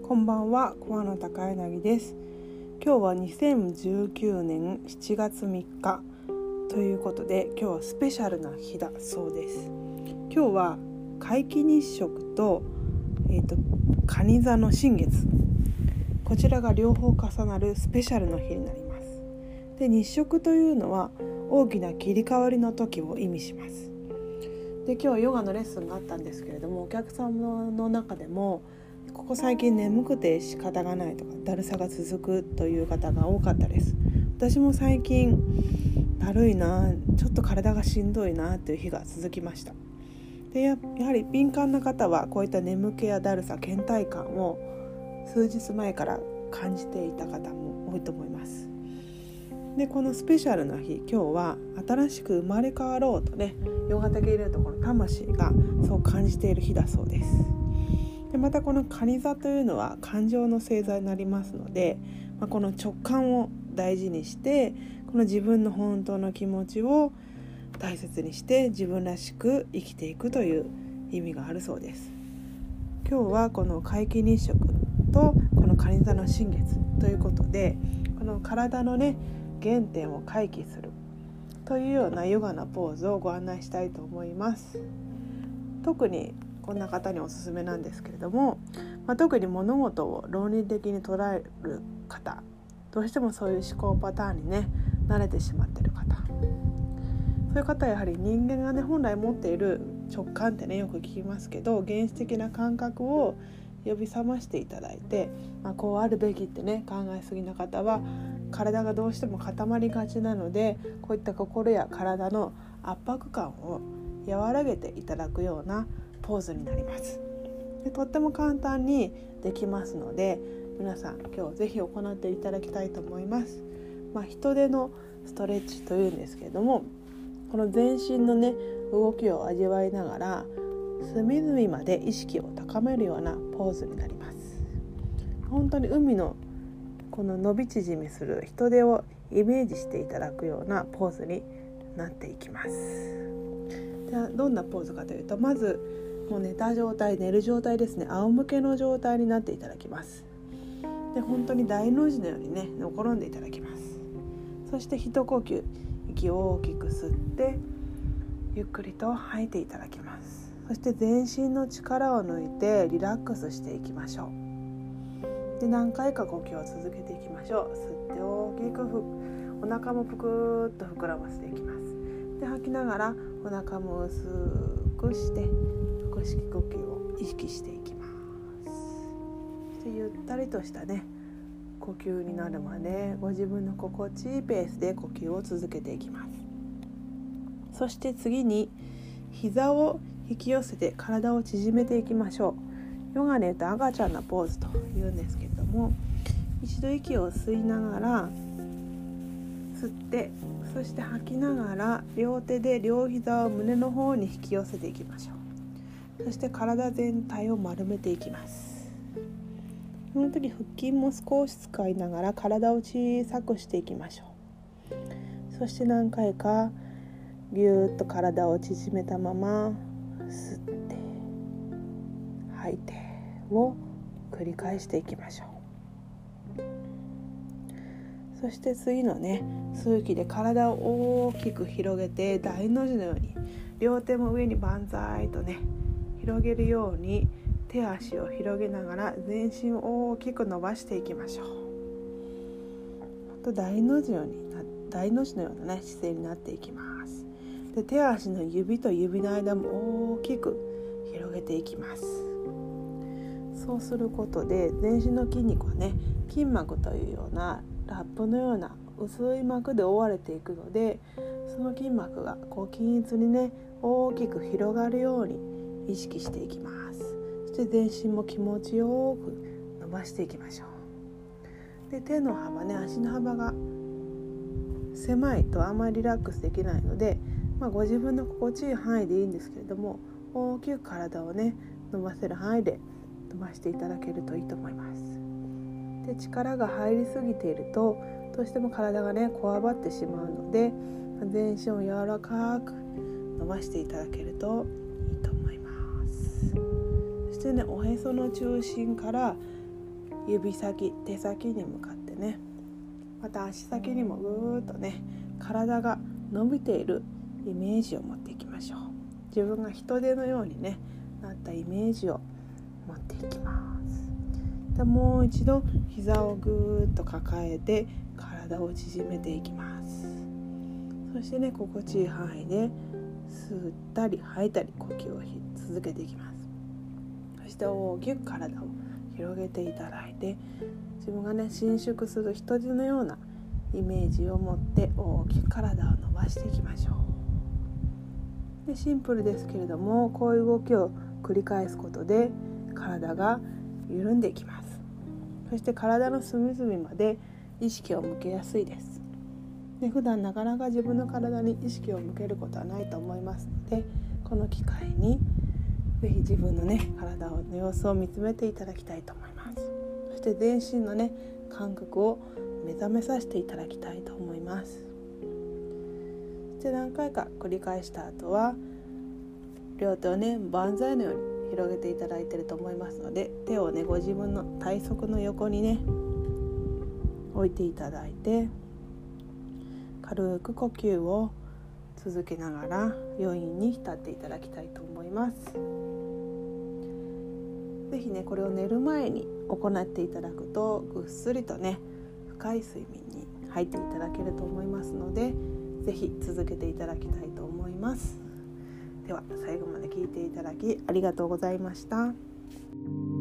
こんばんは、桑野高柳です。今日は2019年7月3日ということで、今日はスペシャルな日だそうです。今日は皆既日食と、蟹座の新月、こちらが両方重なるスペシャルの日になります。で、日食というのは大きな切り替わりの時を意味します。で、今日はヨガのレッスンがあったんですけれども、お客様の中でもここ最近眠くて仕方がないとか、だるさが続くという方が多かったです。私も最近だるいな、ちょっと体がしんどいなという日が続きました。で、やはり敏感な方はこういった眠気やだるさ、倦怠感を数日前から感じていた方も多いと思います。で、このスペシャルな日、今日は新しく生まれ変わろうとね、ヨガ的に言うとこの魂がそう感じている日だそうです。で、またこの蟹座というのは感情の星座になりますので、この直感を大事にして、この自分の本当の気持ちを大切にして自分らしく生きていくという意味があるそうです。今日はこの皆既日食とこの蟹座の新月ということで、この体のね、原点を回帰するというようなヨガのポーズをご案内したいと思います。特にこんな方におすすめなんですけれども、特に物事を論理的に捉える方、どうしてもそういう思考パターンにね慣れてしまっている方、そういう方はやはり人間がね本来持っている直感ってねよく聞きますけど、原始的な感覚を呼び覚ましていただいて、こうあるべきってね考えすぎな方は体がどうしても固まりがちなので、こういった心や体の圧迫感を和らげていただくようなポーズになります。で、とっても簡単にできますので、皆さん今日ぜひ行っていただきたいと思います。人手のストレッチというんですけれども、この全身のね動きを味わいながら隅々まで意識を高めるようなポーズになります。本当に海のこの伸び縮みする人手をイメージしていただくようなポーズになっていきます。ではどんなポーズかというと、まずもう寝た状態、寝る状態ですね、仰向けの状態になっていただきます。で、本当に大の字のようにね寝転んでいただきます。そして一呼吸、息を大きく吸ってゆっくりと吐いていただきます。そして全身の力を抜いてリラックスしていきましょう。で、何回か呼吸を続けていきましょう。吸って大きくお腹もぷくーっと膨らませていきます。で、吐きながらお腹も薄くして腹式呼吸を意識していきます。で、ゆったりとしたね呼吸になるまでご自分の心地いいペースで呼吸を続けていきます。そして次に膝を引き寄せて体を縮めていきましょう。ヨガで言うと赤ちゃんのポーズというんですけれども、一度息を吸いながら吸って、そして吐きながら両手で両膝を胸の方に引き寄せていきましょう。そして体全体を丸めていきます。この時腹筋も少し使いながら体を小さくしていきましょう。そして何回かぎゅーっと体を縮めたまま吸って吐いてを繰り返していきましょう。そして次のね吸う息で体を大きく広げて大の字のように両手も上に万歳とね広げるように手足を広げながら全身を大きく伸ばしていきましょう。と大の字のようなね姿勢になっていきます。で、手足の指と指の間も大きく広げていきます。そうすることで全身の筋肉はね筋膜というようなラップのような薄い膜で覆われていくので、その筋膜が均一にね大きく広がるように意識していきます。そして全身も気持ちよく伸ばしていきましょう。で、手の幅ね、足の幅が狭いとあまりリラックスできないので、ご自分の心地いい範囲でいいんですけれども、大きく体をね伸ばせる範囲で伸ばしていただけるといいと思います。で、力が入りすぎているとどうしても体がねこわばってしまうので、全身を柔らかく伸ばしていただけるといいと思います。そしてね、おへその中心から指先、手先に向かってね、また足先にもぐーっとね、体が伸びているイメージを持っていきましょう。自分が人手のようにねなったイメージを持っていきます。でもう一度膝をぐーっと抱えて体を縮めていきます。そしてね、心地いい範囲で吸ったり吐いたり呼吸を続けていきます。そして大きく体を広げていただいて、自分がね伸縮する人手のようなイメージを持って大きく体を伸ばしていきましょう。でシンプルですけれども、こういう動きを繰り返すことで体が緩んでいきます。そして体の隅々まで意識を向けやすいです。で普段なかなか自分の体に意識を向けることはないと思いますので、この機会にぜひ自分のね体の様子を見つめていただきたいと思います。そして全身のね感覚を目覚めさせていただきたいと思います。そして何回か繰り返した後は、両手をね万歳のように広げていただいていると思いますので、手をねご自分の体側の横にね置いていただいて、軽く呼吸を続けながら余韻に浸っていただきたいと思います。ぜひねこれを寝る前に行っていただくと、ぐっすりとね深い睡眠に入っていただけると思いますので、ぜひ続けていただきたいと思います。では最後まで聞いていただきありがとうございました。